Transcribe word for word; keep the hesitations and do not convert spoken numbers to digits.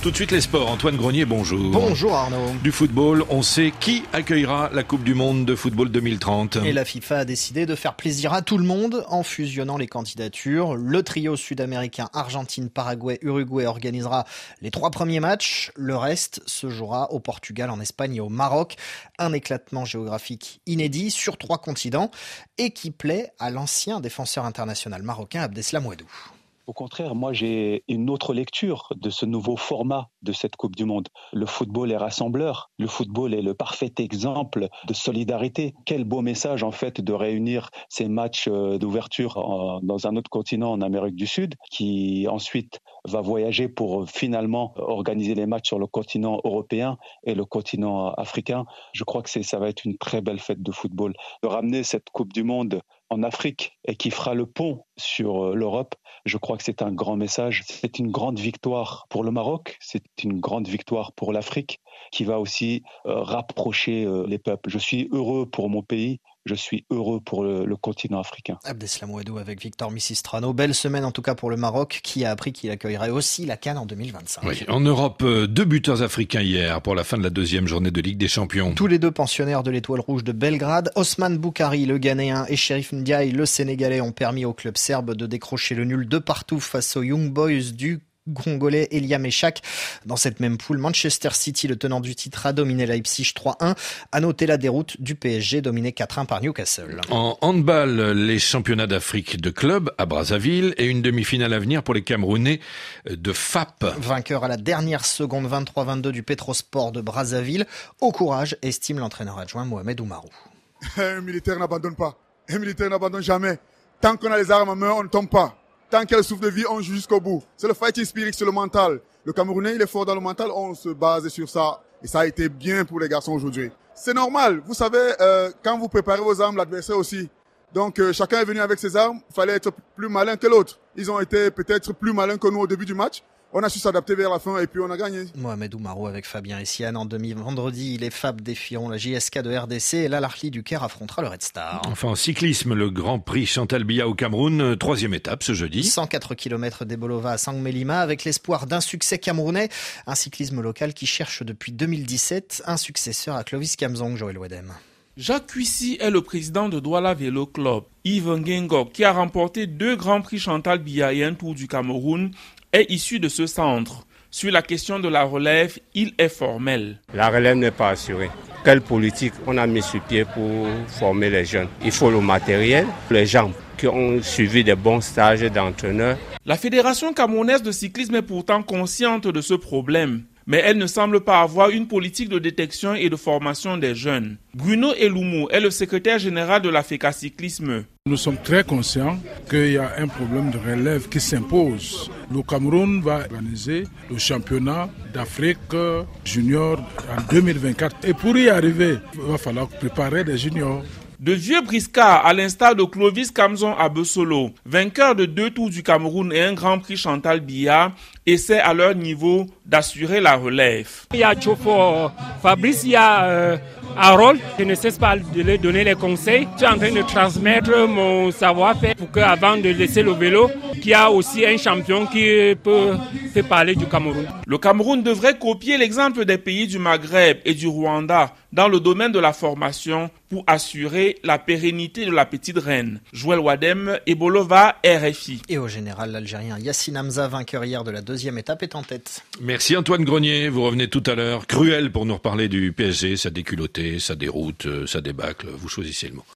Tout de suite les sports. Antoine Grenier, bonjour. Bonjour Arnaud. Du football, on sait qui accueillera la Coupe du Monde de football deux mille trente. Et la FIFA a décidé de faire plaisir à tout le monde en fusionnant les candidatures. Le trio sud-américain Argentine, Paraguay, Uruguay organisera les trois premiers matchs. Le reste se jouera au Portugal, en Espagne et au Maroc. Un éclatement géographique inédit sur trois continents et qui plaît à l'ancien défenseur international marocain Abdeslam Ouaddou. Au contraire, moi j'ai une autre lecture de ce nouveau format de cette Coupe du Monde. Le football est rassembleur, le football est le parfait exemple de solidarité. Quel beau message en fait de réunir ces matchs d'ouverture dans un autre continent en Amérique du Sud, qui ensuite va voyager pour finalement organiser les matchs sur le continent européen et le continent africain. Je crois que c'est, ça va être une très belle fête de football. De ramener cette Coupe du Monde en Afrique et qui fera le pont sur l'Europe, je crois que c'est un grand message. C'est une grande victoire pour le Maroc, c'est une grande victoire pour l'Afrique qui va aussi euh, rapprocher euh, les peuples. Je suis heureux pour mon pays, je suis heureux pour le, le continent africain. Abdeslam Ouaddou avec Victor Missistrano. Belle semaine en tout cas pour le Maroc qui a appris qu'il accueillerait aussi la CAN en deux mille vingt-cinq. Oui, en Europe, deux buteurs africains hier pour la fin de la deuxième journée de Ligue des Champions. Tous les deux pensionnaires de l'Étoile Rouge de Belgrade, Osman Boukari, le Ghanéen, et Cherif Ndiaye, le Sénégalais, ont permis au club serbe de décrocher le nul de partout face aux Young Boys du Congolais Elia Meshak. Dans cette même poule, Manchester City, le tenant du titre, a dominé Leipzig trois un. À noter la déroute du P S G, dominé quatre un par Newcastle. En handball, les championnats d'Afrique de club à Brazzaville et une demi-finale à venir pour les Camerounais de F A P. Vainqueur à la dernière seconde, vingt-trois vingt-deux du Petrosport de Brazzaville. Au courage, estime l'entraîneur adjoint Mohamed Oumarou. Un militaire n'abandonne pas. Un militaire n'abandonne jamais. Tant qu'on a les armes en main, on ne tombe pas. Tant qu'elle souffle de vie, on joue jusqu'au bout. C'est le fighting spirit, c'est le mental. Le Camerounais, il est fort dans le mental, on se base sur ça. Et ça a été bien pour les garçons aujourd'hui. C'est normal, vous savez, euh, quand vous préparez vos armes, l'adversaire aussi. Donc euh, chacun est venu avec ses armes, il fallait être plus malin que l'autre. Ils ont été peut-être plus malins que nous au début du match. On a su s'adapter vers la fin et puis on a gagné. Mohamed Oumarou avec Fabien Essiane en demi. Vendredi, les F A P défieront la J S K de R D C et l'Al Ahly du Caire affrontera le Red Star. Enfin, en cyclisme, le Grand Prix Chantal Biya au Cameroun, troisième étape ce jeudi. cent quatre kilomètres d'Ebolova à Sangmelima avec l'espoir d'un succès camerounais. Un cyclisme local qui cherche depuis deux mille dix-sept un successeur à Clovis Kamzong, Joël Wedem. Jacques Cuissy est le président de Douala Vélo Club. Yves Ngengok, qui a remporté deux Grands Prix Chantal Biya et un Tour du Cameroun, est issu de ce centre. Sur la question de la relève, il est formel. La relève n'est pas assurée. Quelle politique on a mis sur pied pour former les jeunes? Il faut le matériel, les gens qui ont suivi des bons stages d'entraîneurs. La Fédération camerounaise de cyclisme est pourtant consciente de ce problème. Mais elle ne semble pas avoir une politique de détection et de formation des jeunes. Bruno Eloumou est le secrétaire général de la FECA Cyclisme. Nous sommes très conscients qu'il y a un problème de relève qui s'impose. Le Cameroun va organiser le championnat d'Afrique junior en deux mille vingt-quatre. Et pour y arriver, il va falloir préparer des juniors. De vieux briscards, à l'instar de Clovis Kamzong à Bessolo, vainqueur de deux Tours du Cameroun et un Grand Prix Chantal Biya, essaient à leur niveau d'assurer la relève. Il y a Chofo, Fabrice, il y a euh, Harold. Je ne cesse pas de leur donner les conseils. Je suis en train de transmettre mon savoir-faire pour qu'avant de laisser le vélo, qu'il y a aussi un champion qui peut faire parler du Cameroun. Le Cameroun devrait copier l'exemple des pays du Maghreb et du Rwanda dans le domaine de la formation pour assurer la pérennité de la petite reine. Joël Wadem, Ebolova, R F I. Et au général, l'Algérien Yassine Hamza, vainqueur hier de la deuxième étape, est en tête. Merci Antoine Grenier, vous revenez tout à l'heure. Cruel pour nous reparler du P S G, sa déculottée, sa déroute, sa débâcle, vous choisissez le mot.